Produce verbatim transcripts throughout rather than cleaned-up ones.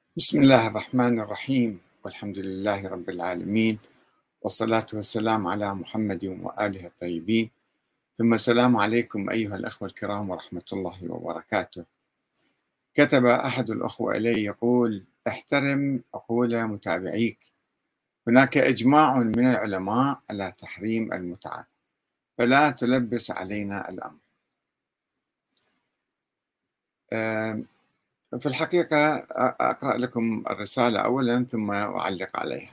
بسم الله الرحمن الرحيم والحمد لله رب العالمين والصلاة والسلام على محمد وآله الطيبين ثم السلام عليكم أيها الأخوة الكرام ورحمة الله وبركاته. كتب أحد الأخوة إلي يقول: احترم عقول متابعيك، هناك إجماع من العلماء على تحريم المتعة فلا تلبس علينا الأمر. آم، في الحقيقة أقرأ لكم الرسالة أولا ثم أعلق عليها.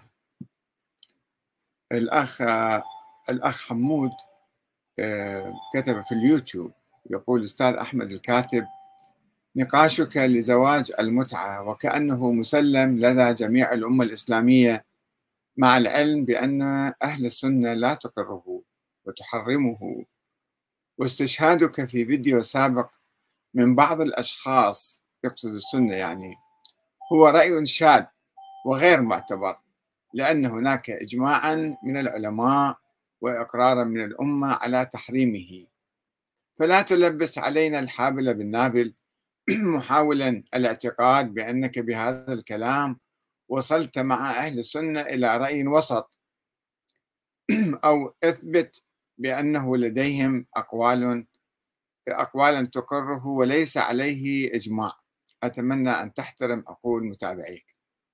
الأخ الأخ حمود آه، كتب في اليوتيوب يقول: أستاذ أحمد الكاتب، نقاشك لزواج المتعة وكأنه مسلم لدى جميع الأمة الإسلامية، مع العلم بأن أهل السنة لا تقره وتحرمه، واستشهادك في فيديو سابق من بعض الأشخاص يقصد السنة يعني هو رأي شاذ وغير معتبر، لأن هناك إجماعا من العلماء وإقرارا من الأمة على تحريمه، فلا تلبس علينا الحابل بالنابل محاولا الاعتقاد بأنك بهذا الكلام وصلت مع أهل السنة إلى رأي وسط، أو اثبت بأنه لديهم أقوال أقوالا تقره وليس عليه إجماع. أتمنى أن تحترم عقول متابعيك.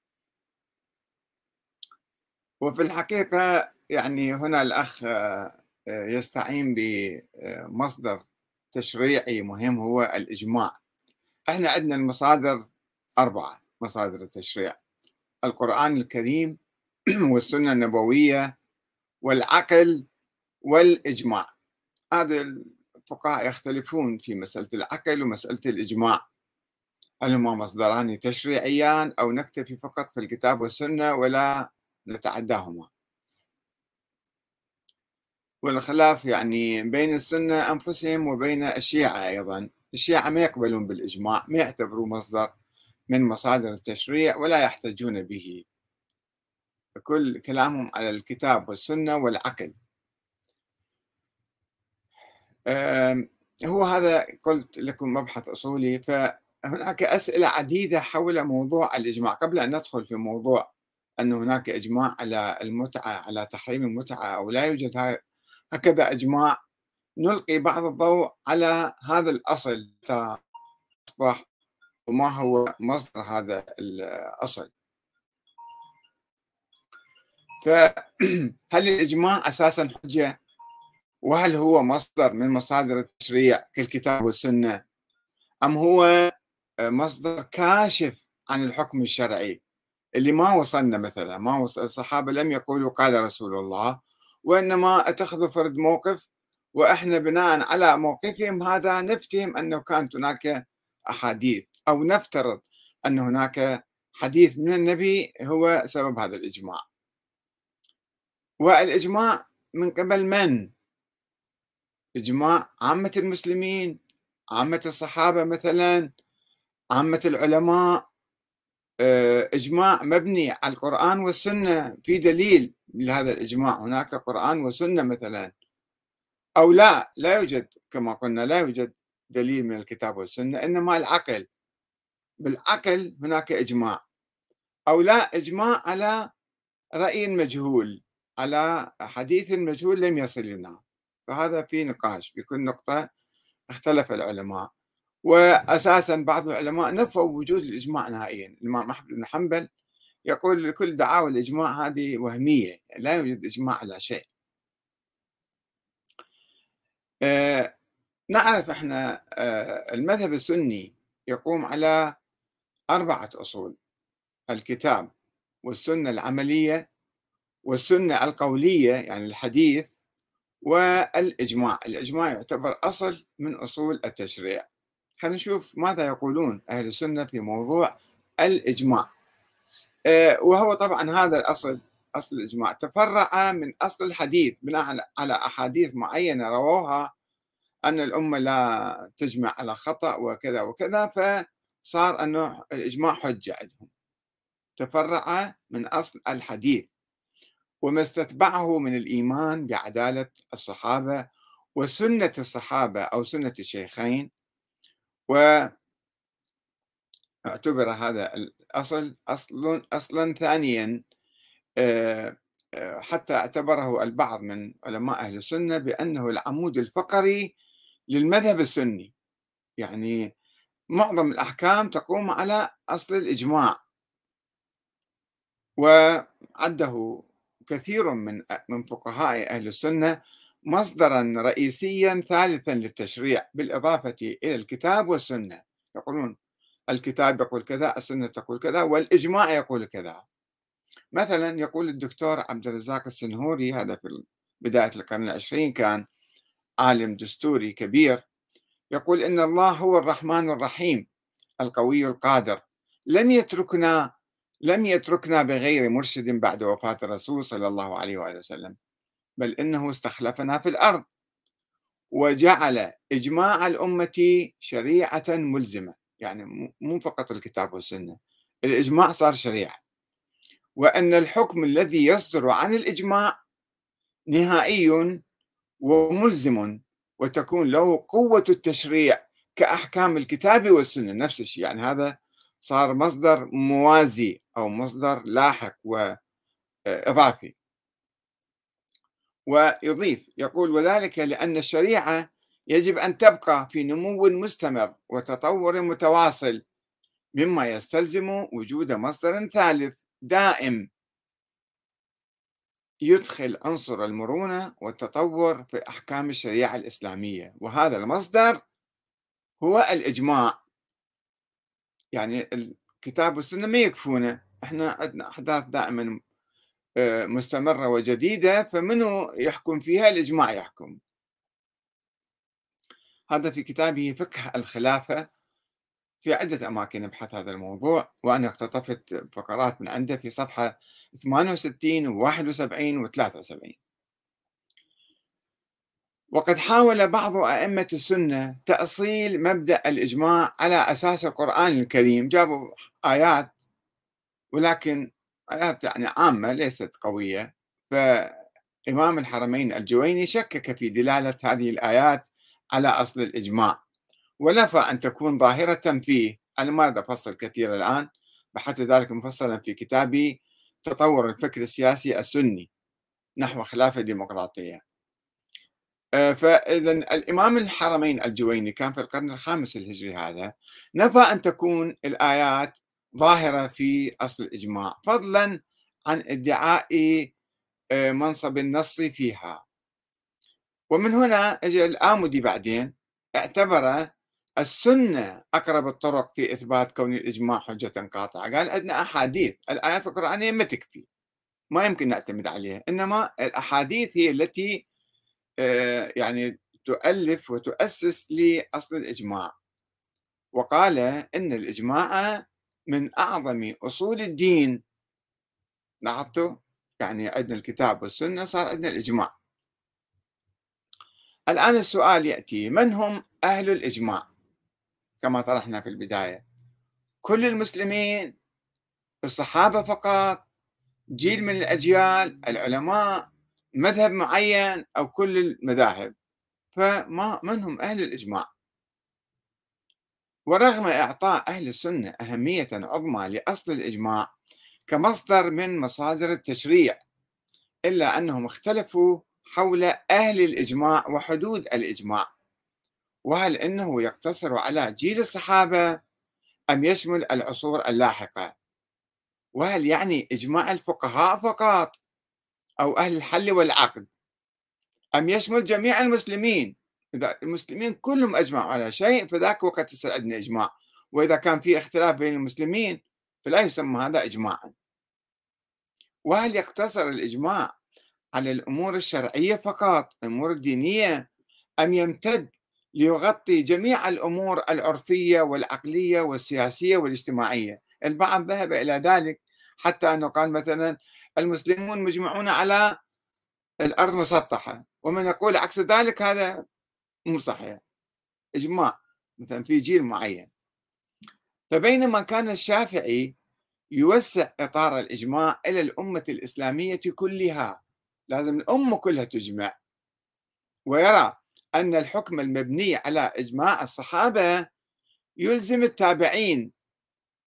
وفي الحقيقة يعني هنا الأخ آه، آه، يستعين بمصدر تشريعي مهم هو الإجماع. احنا عندنا المصادر أربعة مصادر التشريع: القرآن الكريم والسنة النبوية والعقل والإجماع. هذا الفقهاء يختلفون في مسألة العقل ومسألة الإجماع، هل هما مصدران تشريعيان أو نكتفي فقط في الكتاب والسنة ولا نتعداهما. والخلاف يعني بين السنة أنفسهم وبين الشيعة أيضا. الشيعة ما يقبلون بالإجماع، ما يعتبروا مصدر من مصادر التشريع ولا يحتجون به، كل كلامهم على الكتاب والسنة والعقل. آم، هو هذا قلت لكم مبحث أصولي، فهناك أسئلة عديدة حول موضوع الإجماع قبل أن ندخل في موضوع أن هناك إجماع على المتعة، على تحريم المتعة أو لا يوجد ه- هكذا إجماع. نلقي بعض الضوء على هذا الأصل تصبح وما هو مصدر هذا الأصل. فهل الإجماع أساسا حجة؟ وهل هو مصدر من مصادر التشريع كالكتاب والسنة، أم هو مصدر كاشف عن الحكم الشرعي اللي ما وصلنا؟ مثلا ما وصل الصحابة لم يقولوا قال رسول الله، وإنما اتخذوا فرد موقف، وإحنا بناء على موقفهم هذا نفتهم أنه كانت هناك أحاديث، أو نفترض أن هناك حديث من النبي هو سبب هذا الإجماع. والإجماع من قبل من؟ إجماع عامة المسلمين، عامة الصحابة مثلا، عامة العلماء، آه، إجماع مبني على القرآن والسنة، في دليل لهذا الإجماع، هناك قرآن وسنة مثلا، أو لا لا يوجد، كما قلنا لا يوجد دليل من الكتاب والسنة، إنما العقل، بالعقل هناك إجماع، أو لا إجماع على رأي مجهول، على حديث مجهول لم يصل لنا. فهذا في نقاش في كل نقطة اختلف العلماء. وأساسا بعض العلماء نفوا وجود الإجماع نهائيا. الإمام أحمد بن حنبل يقول لكل دعاوى الإجماع هذه وهمية، يعني لا يوجد إجماع على شيء. آه نعرف احنا آه المذهب السني يقوم على أربعة أصول: الكتاب والسنة العملية والسنة القولية يعني الحديث والإجماع. الإجماع يعتبر أصل من أصول التشريع. خلينا نشوف ماذا يقولون أهل السنة في موضوع الإجماع. آه، وهو طبعا هذا الأصل، أصل الإجماع، تفرع من أصل الحديث بناء على على أحاديث معينة رووها أن الأمة لا تجمع على خطأ وكذا وكذا، فصار أنه الإجماع حجة عندهم. تفرع من أصل الحديث وما استتبعه من الإيمان بعدالة الصحابة وسنة الصحابة أو سنة الشيخين، و اعتبر هذا الأصل أصل أصلا ثانيا. آه، آه، حتى اعتبره البعض من علماء أهل السنة بأنه العمود الفقري للمذهب السني. يعني معظم الأحكام تقوم على أصل الإجماع، وعده كثير من من فقهاء أهل السنة مصدرا رئيسيا ثالثا للتشريع بالإضافة إلى الكتاب والسنة. يقولون الكتاب يقول كذا، السنة تقول كذا، والإجماع يقول كذا. مثلا يقول الدكتور عبد الرزاق السنهوري، هذا في بداية القرن العشرين، كان عالم دستوري كبير، يقول إن الله هو الرحمن الرحيم القوي القادر، لم يتركنا لم يتركنا بغير مرشد بعد وفاة الرسول صلى الله عليه وآله وسلم، بل إنه استخلفنا في الأرض وجعل إجماع الأمة شريعة ملزمة. يعني مو فقط الكتاب والسنة، الإجماع صار شريعة، وأن الحكم الذي يصدر عن الإجماع نهائي وملزم، وتكون له قوة التشريع كأحكام الكتاب والسنة. نفس الشيء، يعني هذا صار مصدر موازي أو مصدر لاحق وإضافي. ويضيف يقول: وذلك لأن الشريعة يجب أن تبقى في نمو مستمر وتطور متواصل، مما يستلزم وجود مصدر ثالث دائم يدخل عنصر المرونة والتطور في أحكام الشريعة الإسلامية، وهذا المصدر هو الإجماع. يعني الكتاب والسنة ما يكفونا، احنا عندنا أحداث دائما آه، مستمرة وجديدة، فمنو يحكم فيها؟ الإجماع يحكم. هذا في كتابه فقه الخلافة، في عدة أماكن يبحث هذا الموضوع، وأنا اقتطفت فقرات من عنده في صفحة ثمانية وستين و واحد وسبعين و ثلاثة وسبعين. وقد حاول بعض أئمة السنة تأصيل مبدأ الإجماع على أساس القرآن الكريم، جابوا آيات ولكن آيات يعني عامة ليست قوية، فإمام الحرمين الجويني شكك في دلالة هذه الآيات على أصل الإجماع، ونفى أن تكون ظاهرة فيه. أنا ما أريد أفصل كثير الآن، بحثت ذلك مفصلا في كتابي تطور الفكر السياسي السني نحو خلافة ديمقراطية. فإذا الإمام الحرمين الجويني كان في القرن الخامس الهجري، هذا نفى أن تكون الآيات ظاهرة في أصل الإجماع، فضلا عن ادعاء منصب النص فيها. ومن هنا اجى الآمدي بعدين اعتبر السنة أقرب الطرق في إثبات كون الإجماع حجة قاطعة. قال عندنا أحاديث، الآيات القرآنية ما تكفي، ما يمكن نعتمد عليها، إنما الأحاديث هي التي يعني تؤلف وتؤسس لأصل الإجماع. وقال إن الإجماع من أعظم أصول الدين. لاحظتوا؟ يعني عندنا الكتاب والسنة، صار عندنا الإجماع. الآن السؤال يأتي: من هم أهل الإجماع؟ كما طرحنا في البداية، كل المسلمين، الصحابة فقط، جيل من الأجيال، العلماء، مذهب معين، أو كل المذاهب؟ فما من هم أهل الإجماع؟ ورغم إعطاء أهل السنة أهمية عظمى لأصل الإجماع كمصدر من مصادر التشريع، إلا أنهم اختلفوا حول أهل الإجماع وحدود الإجماع، وهل إنه يقتصر على جيل الصحابة أم يشمل العصور اللاحقة، وهل يعني إجماع الفقهاء فقط أو أهل الحل والعقد، أم يشمل جميع المسلمين. إذا المسلمين كلهم أجمعوا على شيء فذاك وقت يصير عندنا إجماع، وإذا كان في اختلاف بين المسلمين فلا يسمى هذا إجماعا. وهل يقتصر الإجماع على الأمور الشرعية فقط، الأمور الدينية، أم يمتد ليغطي جميع الأمور العرفية والعقلية والسياسية والاجتماعية؟ البعض ذهب إلى ذلك حتى أنه قال مثلا المسلمون مجمعون على الأرض مسطحة، ومن يقول عكس ذلك هذا مو صحيح. إجماع مثلا في جيل معين. فبينما كان الشافعي يوسع إطار الإجماع إلى الأمة الإسلامية كلها، لازم الأمة كلها تجمع، ويرى أن الحكم المبني على إجماع الصحابة يلزم التابعين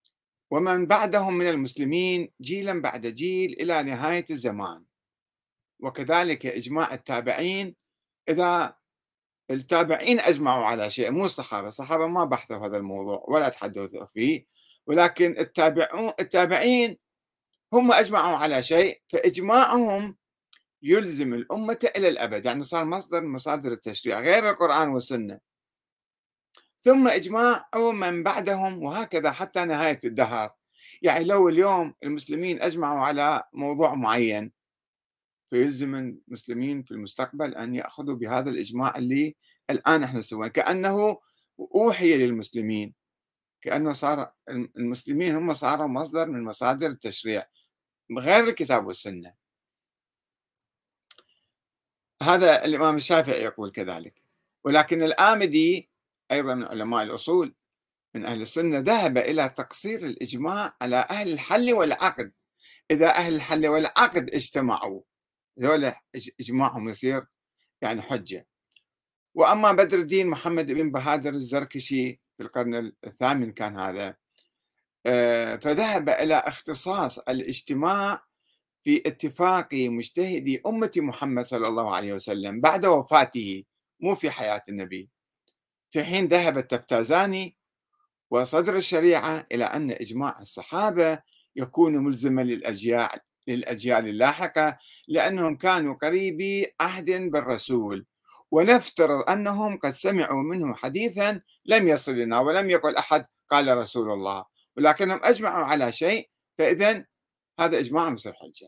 ومن بعدهم من المسلمين جيلا بعد جيل إلى نهاية الزمان، وكذلك إجماع التابعين. إذا التابعين أجمعوا على شيء، مو الصحابة، الصحابة ما بحثوا هذا الموضوع ولا تحدثوا فيه، ولكن التابعون التابعين هم أجمعوا على شيء، فإجماعهم يلزم الأمة إلى الأبد، يعني صار مصدر من مصادر التشريع غير القرآن والسنة، ثم إجماع من بعدهم، وهكذا حتى نهاية الدهر. يعني لو اليوم المسلمين أجمعوا على موضوع معين، فيلزم المسلمين في المستقبل أن يأخذوا بهذا الإجماع اللي الآن احنا نسويه، كأنه أوحي للمسلمين، كأنه صار المسلمين هم صاروا مصدر من مصادر التشريع غير الكتاب والسنة. هذا الإمام الشافعي يقول كذلك. ولكن الآمدي أيضا من علماء الأصول من أهل السنة ذهب إلى تقصير الإجماع على أهل الحل والعقد. إذا أهل الحل والعقد اجتمعوا، ذولا إجماعهم يصير يعني حجة. وأما بدر الدين محمد بن بهادر الزركشي في القرن الثامن كان هذا، فذهب إلى اختصاص الاجتماع في اتفاق مجتهدي أمة محمد صلى الله عليه وسلم بعد وفاته، مو في حياة النبي، في حين ذهب التفتازاني وصدر الشريعة إلى أن إجماع الصحابة يكون ملزما للأجيال للأجيال اللاحقة، لأنهم كانوا قريبي عهد بالرسول، ونفترض أنهم قد سمعوا منه حديثا لم يصل لنا ولم يقل أحد قال رسول الله، ولكنهم أجمعوا على شيء، فإذا هذا إجماع يصير حجة.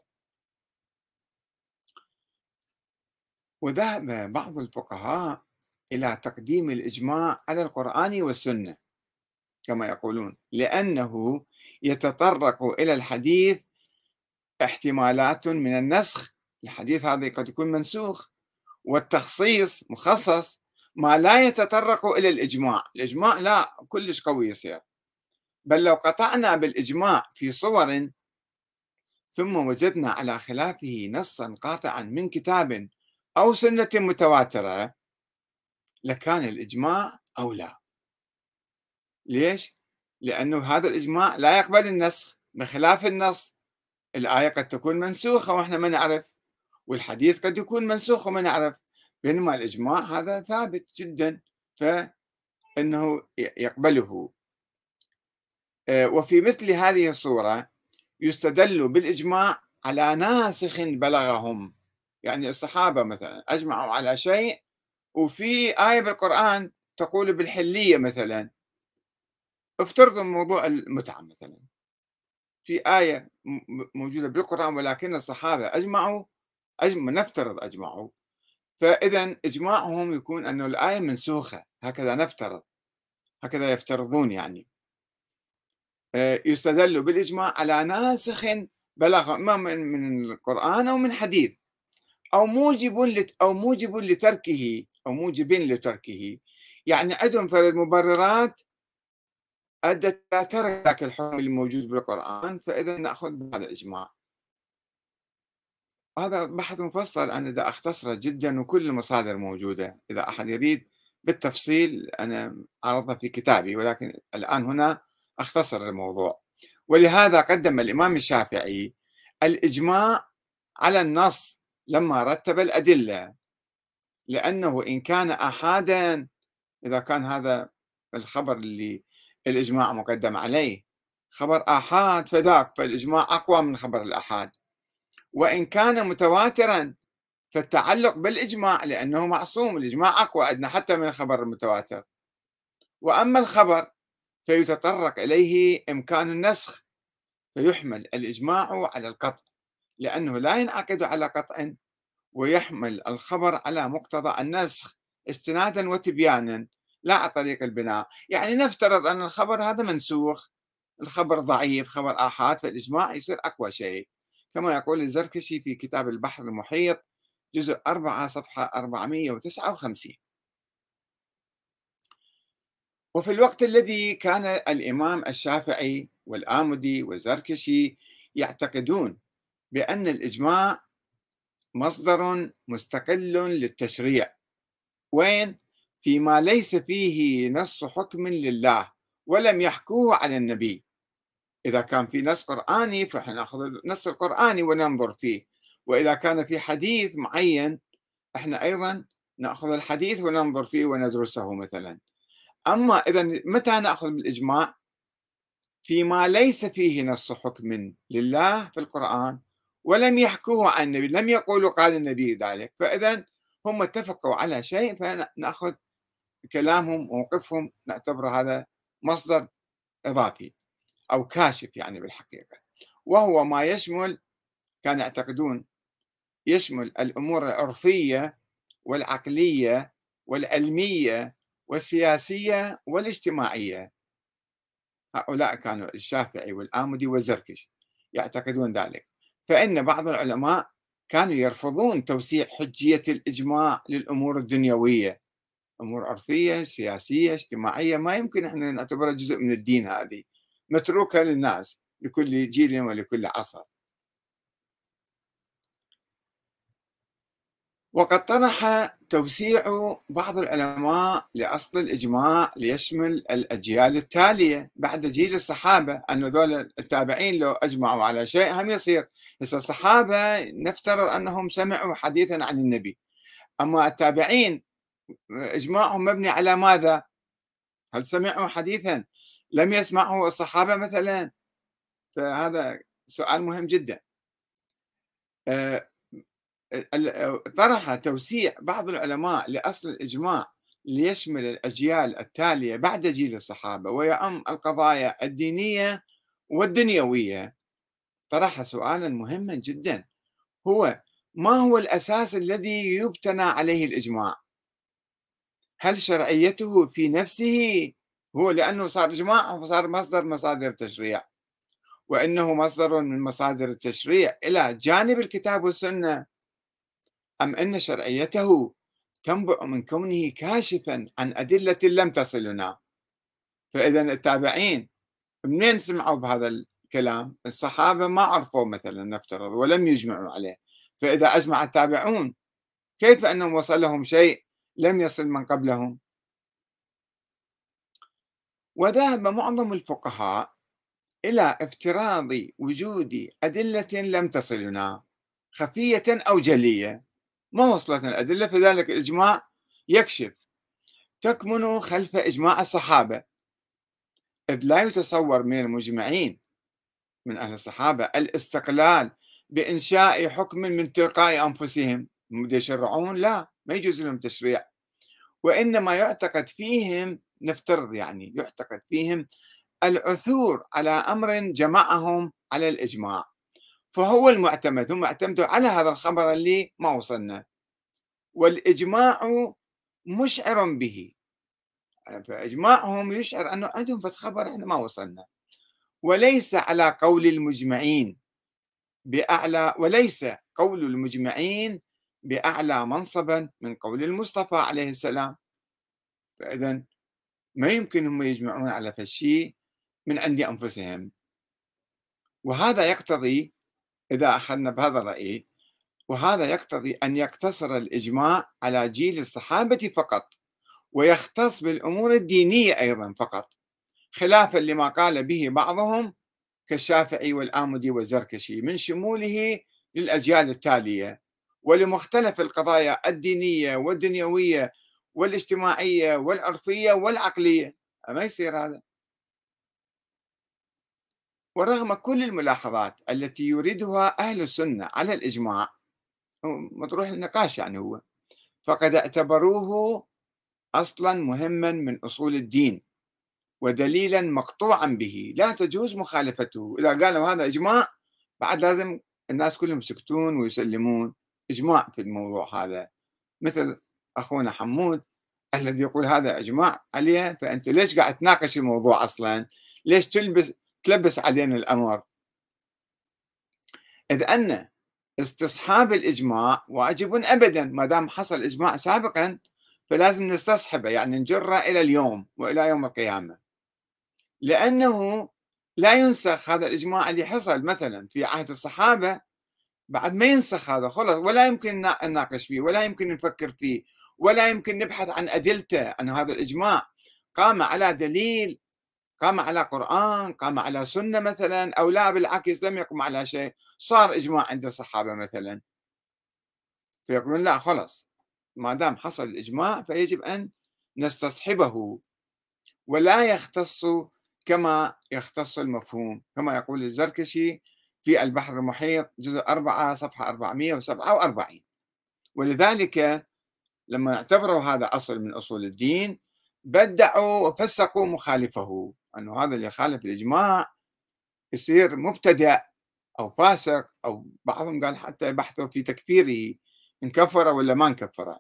وذهب بعض الفقهاء إلى تقديم الإجماع على القرآن والسنة كما يقولون، لأنه يتطرق إلى الحديث احتمالات من النسخ، الحديث هذا قد يكون منسوخ، والتخصيص مخصص، ما لا يتطرق إلى الإجماع. الإجماع لا كلش قوي يصير، بل لو قطعنا بالإجماع في صور ثم وجدنا على خلافه نصا قاطعا من كتاب أو سنة متواترة لكان الإجماع أولى. ليش؟ لأنه هذا الإجماع لا يقبل النسخ، بخلاف النص. الآية قد تكون منسوخة وإحنا ما نعرف، والحديث قد يكون منسوخ وما نعرف، بينما الإجماع هذا ثابت جدا فإنه يقبله. وفي مثل هذه الصورة يستدل بالإجماع على ناسخ بلغهم، يعني الصحابة مثلا أجمعوا على شيء وفي آية بالقرآن تقول بالحلية مثلا، افترضوا موضوع المتعة مثلا، في آية موجودة بالقرآن ولكن الصحابة أجمعوا أجمع نفترض أجمعوا، فإذا إجماعهم يكون أن الآية منسوخة، هكذا نفترض، هكذا يفترضون. يعني يستدل بالإجماع على ناسخ بلغ إما من من القرآن أو من حديث، أو موجب لت أو موجب لتركه أو موجب لتركه، يعني عندهم فرد مبررات أدت إلى ترك الحكم الموجود بالقرآن، فإذا نأخذ بهذا الإجماع. هذا بحث مفصل، أنا إذا أختصره جدا وكل المصادر موجودة، إذا أحد يريد بالتفصيل أنا عرضها في كتابي، ولكن الآن هنا أختصر الموضوع. ولهذا قدم الإمام الشافعي الإجماع على النص لما رتب الأدلة، لأنه إن كان آحادا، إذا كان هذا الخبر اللي الإجماع مقدم عليه خبر آحاد فذاك، فالإجماع أقوى من خبر الآحاد. وإن كان متواترا فالتعلق بالإجماع لأنه معصوم، الإجماع أقوى عندنا حتى من الخبر المتواتر. وأما الخبر فيتطرق إليه إمكان النسخ، فيحمل الإجماع على القطع لأنه لا ينعقد على قطع، ويحمل الخبر على مقتضى النسخ استنادا وتبيانا لا على طريق البناء. يعني نفترض أن الخبر هذا منسوخ، الخبر ضعيف، خبر آحاد، فالإجماع يصير أقوى شيء، كما يقول الزركشي في كتاب البحر المحيط جزء أربعة صفحة أربعمئة وتسعة وخمسين. وفي الوقت الذي كان الإمام الشافعي والآمدي والزركشي يعتقدون بأن الإجماع مصدر مستقل للتشريع، وين؟ فيما ليس فيه نص حكم لله ولم يحكوه على النبي، إذا كان في نص قرآني فإحنا نأخذ النص القرآني وننظر فيه، وإذا كان في حديث معين إحنا أيضا نأخذ الحديث وننظر فيه وندرسه مثلا. أما إذا متى نأخذ بالإجماع؟ فيما ليس فيه نص حكم لله في القرآن ولم يحكوه عن النبي، لم يقولوا قال النبي ذلك، فإذا هم اتفقوا على شيء فنأخذ كلامهم وموقفهم، نعتبر هذا مصدر إضافي أو كاشف يعني بالحقيقة، وهو ما يشمل، كانوا يعتقدون يشمل الأمور العرفية والعقلية والعلمية والسياسية والاجتماعية. هؤلاء كانوا الشافعي والآمدي والزركشي يعتقدون ذلك. فإن بعض العلماء كانوا يرفضون توسيع حجية الإجماع للأمور الدنيوية، أمور عرفية سياسية اجتماعية ما يمكن احنا نعتبرها جزء من الدين، هذه متروكة للناس لكل جيل ولكل عصر. وقد طرح توسيع بعض العلماء لأصل الإجماع ليشمل الأجيال التالية بعد جيل الصحابة، أن ذول التابعين لو أجمعوا على شيء هم يصير. هسه الصحابة نفترض أنهم سمعوا حديثا عن النبي، أما التابعين إجماعهم مبني على ماذا؟ هل سمعوا حديثا لم يسمعه الصحابة مثلا؟ فهذا سؤال مهم جدا. طرح توسيع بعض العلماء لأصل الإجماع ليشمل الأجيال التالية بعد جيل الصحابة ويعم القضايا الدينية والدنيوية، طرح سؤالا مهما جدا، هو ما هو الأساس الذي يبتنى عليه الإجماع؟ هل شرعيته في نفسه هو لأنه صار إجماع فصار مصدر مصادر تشريع، وإنه مصدر من مصادر التشريع إلى جانب الكتاب والسنة، أم أن شرعيته تنبع من كونه كاشفا عن أدلة لم تصلنا؟ فإذا التابعين منين سمعوا بهذا الكلام؟ الصحابة ما عرفوا مثلا نفترض ولم يجمعوا عليه، فإذا أجمع التابعون كيف أنهم وصلهم شيء لم يصل من قبلهم؟ وذهب معظم الفقهاء إلى افتراض وجود أدلة لم تصلنا خفية أو جلية، ما وصلتنا الأدلة، فذلك الإجماع يكشف، تكمن خلف إجماع الصحابة، إذ لا يتصور من المجمعين من أهل الصحابة الاستقلال بإنشاء حكم من تلقاء أنفسهم يشرعون، لا، ما يجوز لهم تشريع، وإنما يعتقد فيهم، نفترض يعني يعتقد فيهم العثور على أمر جمعهم على الإجماع، فهو المعتمد، هم اعتمدوا على هذا الخبر اللي ما وصلنا، والإجماع مشعر به، فإجماعهم يشعر أنه عندهم خبر إحنا ما وصلنا، وليس على قول المجمعين بأعلى، وليس قول المجمعين بأعلى منصبا من قول المصطفى عليه السلام. فإذا ما يمكن هم يجمعون على فشي من عند أنفسهم، وهذا يقتضي، إذا أخذنا بهذا الرأي، وهذا يقتضي أن يقتصر الإجماع على جيل الصحابة فقط، ويختص بالأمور الدينية أيضا فقط، خلافا لما قال به بعضهم كالشافعي والآمدي والزركشي من شموله للأجيال التالية ولمختلف القضايا الدينية والدنيوية والاجتماعية والعرفية والعقلية. ما يصير هذا. ورغم كل الملاحظات التي يريدها أهل السنة على الإجماع، مطروح النقاش يعني هو، فقد اعتبروه أصلا مهما من أصول الدين ودليلا مقطوعا به لا تجوز مخالفته. إذا قالوا هذا إجماع بعد لازم الناس كلهم يسكتون ويسلمون، إجماع في الموضوع هذا، مثل أخونا حمود الذي يقول هذا إجماع عليه، فأنت ليش قاعد تناقش الموضوع أصلا؟ ليش تلبس تلبس علينا الأمر؟ إذ أن استصحاب الإجماع واجب أبدا، ما دام حصل إجماع سابقا فلازم نستصحبه، يعني نجره إلى اليوم وإلى يوم القيامة، لأنه لا ينسخ هذا الإجماع اللي حصل مثلا في عهد الصحابة، بعد ما ينسخ هذا خلص، ولا يمكن نناقش فيه ولا يمكن نفكر فيه ولا يمكن نبحث عن أدلته، أن هذا الإجماع قام على دليل قام على قرآن، قام على سنة مثلا، أو لا بالعكس لم يقم على شيء، صار إجماع عند الصحابة مثلا، فيقولون لا خلص، ما دام حصل الإجماع فيجب أن نستصحبه ولا يختص كما يختص المفهوم، كما يقول الزركشي في البحر المحيط جزء أربعة صفحة أربعمئة وسبعة وأربعين. ولذلك لما اعتبروا هذا أصل من أصول الدين بدعوا وفسقوا مخالفه، أنه هذا اللي يخالف الإجماع يصير مبتدع أو فاسق، أو بعضهم قال حتى بحثوا في تكفيره، انكفر ولا ما انكفر.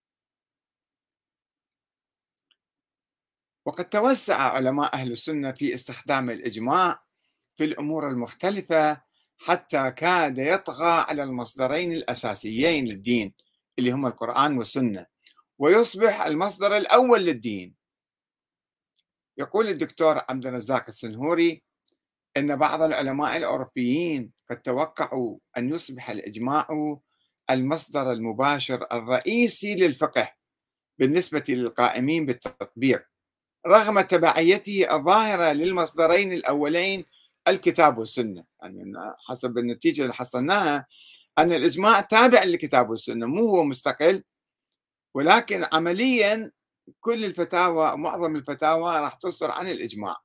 وقد توسع علماء أهل السنة في استخدام الإجماع في الأمور المختلفة حتى كاد يطغى على المصدرين الأساسيين للدين اللي هم القرآن والسنة، ويصبح المصدر الأول للدين. يقول الدكتور عبد الرزاق السنهوري أن بعض العلماء الأوروبيين قد توقعوا أن يصبح الإجماع المصدر المباشر الرئيسي للفقه بالنسبة للقائمين بالتطبيق، رغم تبعيته الظاهرة للمصدرين الأولين الكتاب والسنة. يعني حسب النتيجة اللي حصلناها أن الإجماع تابع للكتاب والسنة، مو هو مستقل، ولكن عمليا كل الفتاوى معظم الفتاوى راح تصدر عن الإجماع.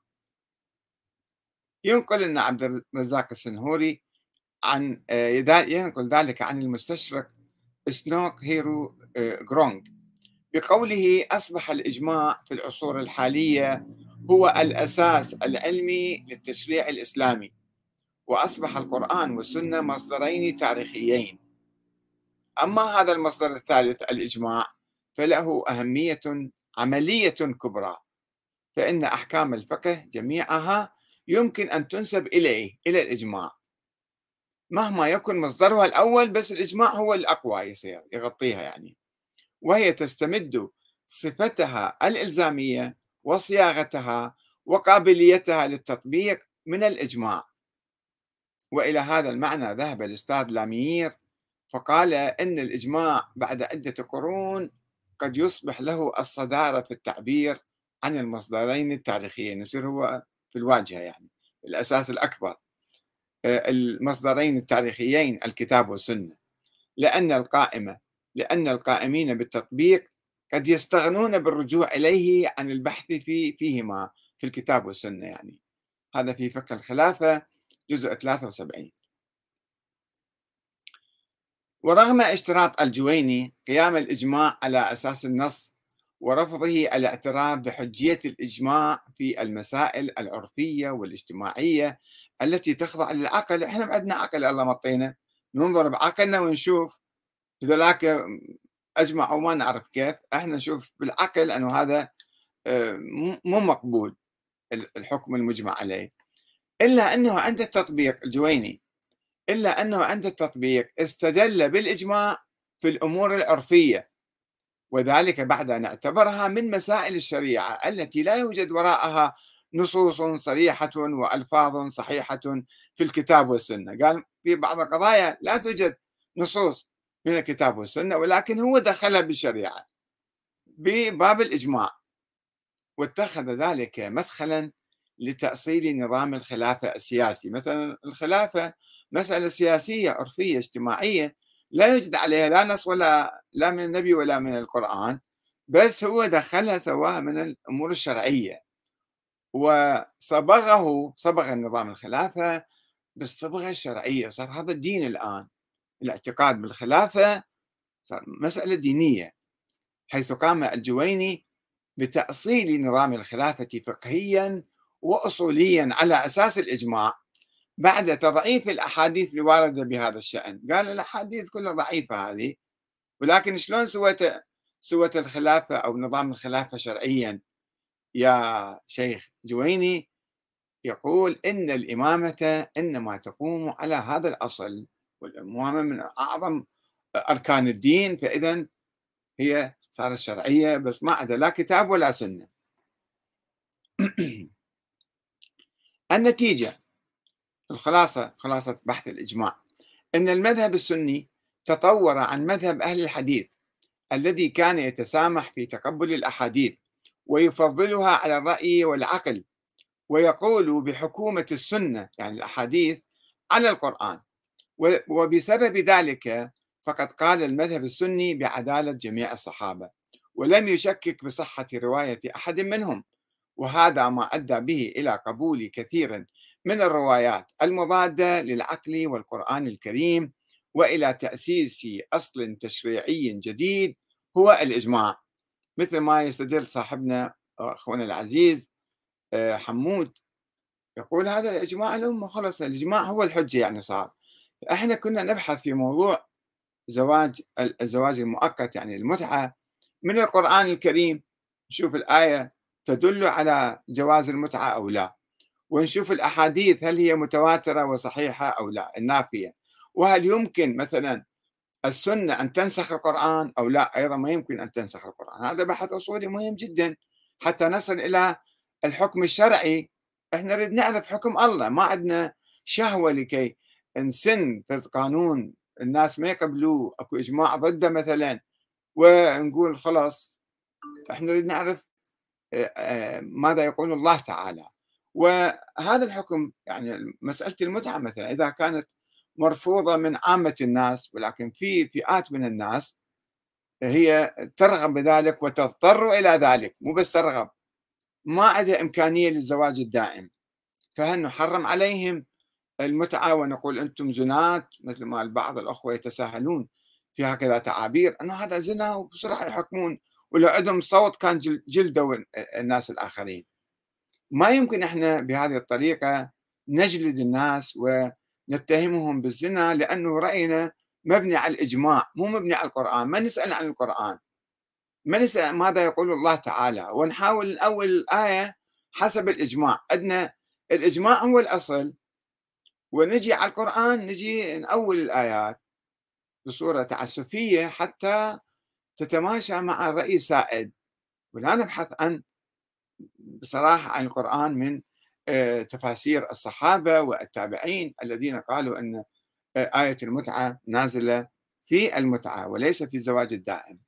ينقل أن عبد الرزاق السنهوري عن ينقل ذلك عن المستشرق سنوك هيرو جرونغ بقوله: أصبح الإجماع في العصور الحالية هو الأساس العلمي للتشريع الإسلامي، وأصبح القرآن والسنة مصدرين تاريخيين. أما هذا المصدر الثالث الإجماع فله أهمية عملية كبرى، فإن أحكام الفقه جميعها يمكن أن تنسب إليه، إلى الإجماع، مهما يكن مصدرها الأول، بس الإجماع هو الأقوى يصير يغطيها يعني، وهي تستمد صفتها الإلزامية وصياغتها وقابليتها للتطبيق من الإجماع. وإلى هذا المعنى ذهب الأستاذ لامير فقال إن الإجماع بعد عدة قرون قد يصبح له الصدارة في التعبير عن المصدرين التاريخيين، يصير هو في الواجهة يعني الأساس الأكبر، المصدرين التاريخيين الكتاب والسنة، لأن القائمة لأن القائمين بالتطبيق قد يستغنون بالرجوع إليه عن البحث في فيهما في الكتاب والسنة. يعني هذا في فقه الخلافة جزء ثلاثة وسبعين. ورغم اشتراط الجويني قيام الإجماع على أساس النص ورفضه الاعتراف بحجية الإجماع في المسائل العرفية والاجتماعية التي تخضع للعقل، احنا عندنا عقل الله مطينا، ننظر بعقلنا ونشوف ذولاك أجمعوا ما نعرف كيف، احنا نشوف بالعقل أنه هذا مو مقبول الحكم المجمع عليه. إلا أنه عند التطبيق الجويني إلا أنه عند التطبيق استدل بالإجماع في الأمور العرفية، وذلك بعد أن اعتبرها من مسائل الشريعة التي لا يوجد وراءها نصوص صريحة وألفاظ صحيحة في الكتاب والسنة. قال في بعض القضايا لا توجد نصوص من الكتاب والسنة، ولكن هو دخلها بالشريعة بباب الإجماع، واتخذ ذلك مدخلا لتأصيل نظام الخلافة السياسي. مثلا الخلافة مسألة سياسية عرفية اجتماعية لا يوجد عليها لا نص ولا لا من النبي ولا من القرآن، بس هو دخلها سواها من الأمور الشرعية، وصبغه صبغ النظام الخلافة بالصبغة الشرعية، صار هذا الدين الآن. الاعتقاد بالخلافة صار مسألة دينية، حيث قام الجويني بتأصيل نظام الخلافة فقهيا وأصوليا على أساس الإجماع بعد تضعيف الأحاديث الواردة بهذا الشأن. قال الأحاديث كلها ضعيفة هذه، ولكن شلون سوت سوت الخلافة أو نظام الخلافة شرعيا يا شيخ جويني؟ يقول إن الإمامة إنما تقوم على هذا الأصل، والإمامة من أعظم أركان الدين، فإذا هي صارت شرعية، بس ما عدا لا كتاب ولا سنة. النتيجة الخلاصة خلاصة بحث الإجماع أن المذهب السني تطور عن مذهب أهل الحديث الذي كان يتسامح في تقبل الأحاديث ويفضلها على الرأي والعقل، ويقول بحكومة السنة يعني الأحاديث على القرآن، وبسبب ذلك فقد قال المذهب السني بعدالة جميع الصحابة، ولم يشكك بصحة رواية أحد منهم، وهذا ما أدى به إلى قبول كثير من الروايات المضادة للعقل والقرآن الكريم، وإلى تأسيس أصل تشريعي جديد هو الإجماع، مثل ما يستدل صاحبنا أخونا العزيز حمود، يقول هذا الإجماع الأمة خلص، الإجماع هو الحجة يعني صار. احنا كنا نبحث في موضوع زواج الزواج المؤقت يعني المتعة من القرآن الكريم، نشوف الآية تدل على جواز المتعة أو لا، ونشوف الأحاديث هل هي متواترة وصحيحة أو لا النافية، وهل يمكن مثلا السنة أن تنسخ القرآن أو لا، أيضا ما يمكن أن تنسخ القرآن. هذا بحث أصولي مهم جدا حتى نصل إلى الحكم الشرعي. احنا نريد نعرف حكم الله، ما عندنا شهوة لكي نسن قانون الناس ما يقبلوه، اكو اجماع ضده مثلا، ونقول خلاص احنا نريد نعرف ماذا يقول الله تعالى. وهذا الحكم يعني مسألة المتعة مثلا إذا كانت مرفوضة من عامة الناس، ولكن في فئات من الناس هي ترغب بذلك وتضطر إلى ذلك، مو بس ترغب، ما عندها إمكانية للزواج الدائم، فهل نحرم عليهم المتعة ونقول أنتم زنات، مثل ما بعض الأخوة يتساهلون في هكذا تعابير أنه هذا زنا وبسرعة يحكمون، ولو عندهم صوت كان جلدوا الناس الآخرين. ما يمكن احنا بهذه الطريقة نجلد الناس ونتهمهم بالزنا، لأنه رأينا مبني على الإجماع مو مبني على القرآن. ما نسأل عن القرآن، ما نسأل ماذا يقول الله تعالى، ونحاول نأول الآية حسب الإجماع. عندنا الإجماع هو الأصل، ونجي على القرآن نجي نأول الآيات بصورة تعسفية حتى تتماشى مع الرأي السائد، ولا نبحث عن بصراحة عن القرآن من تفاسير الصحابة والتابعين الذين قالوا أن آية المتعة نازلة في المتعة وليس في الزواج الدائم.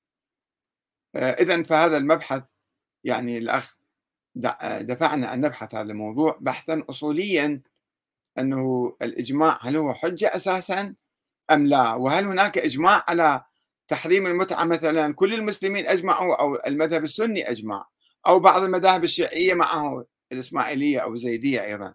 إذن فهذا المبحث يعني الأخ دفعنا أن نبحث هذا الموضوع بحثا أصوليا، أنه الإجماع هل هو حجة أساسا أم لا، وهل هناك إجماع على تحريم المتعة مثلا كل المسلمين أجمعوا أو المذهب السني أجمع أو بعض المذاهب الشيعية معه الإسماعيلية أو الزيدية أيضا،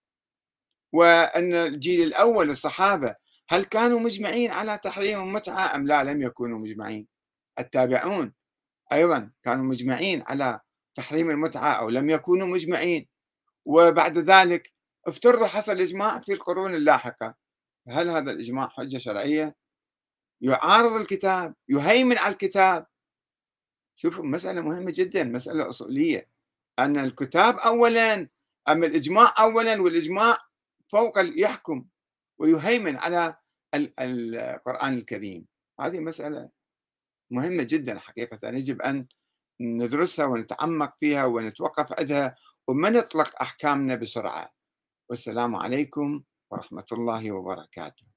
وأن الجيل الأول الصحابة هل كانوا مجمعين على تحريم المتعة أم لا لم يكونوا مجمعين، التابعون أيضا كانوا مجمعين على تحريم المتعة أو لم يكونوا مجمعين، وبعد ذلك افترضوا حصل إجماع في القرون اللاحقة، هل هذا الإجماع حجة شرعية يعارض الكتاب يهيمن على الكتاب؟ شوفوا مسألة مهمة جدا، مسألة أصولية، أن الكتاب أولا أما الإجماع أولا، والإجماع فوق يحكم ويهيمن على القرآن الكريم. هذه مسألة مهمة جدا حقيقة، يجب أن ندرسها ونتعمق فيها ونتوقف عندها وما نطلق أحكامنا بسرعة. والسلام عليكم ورحمة الله وبركاته.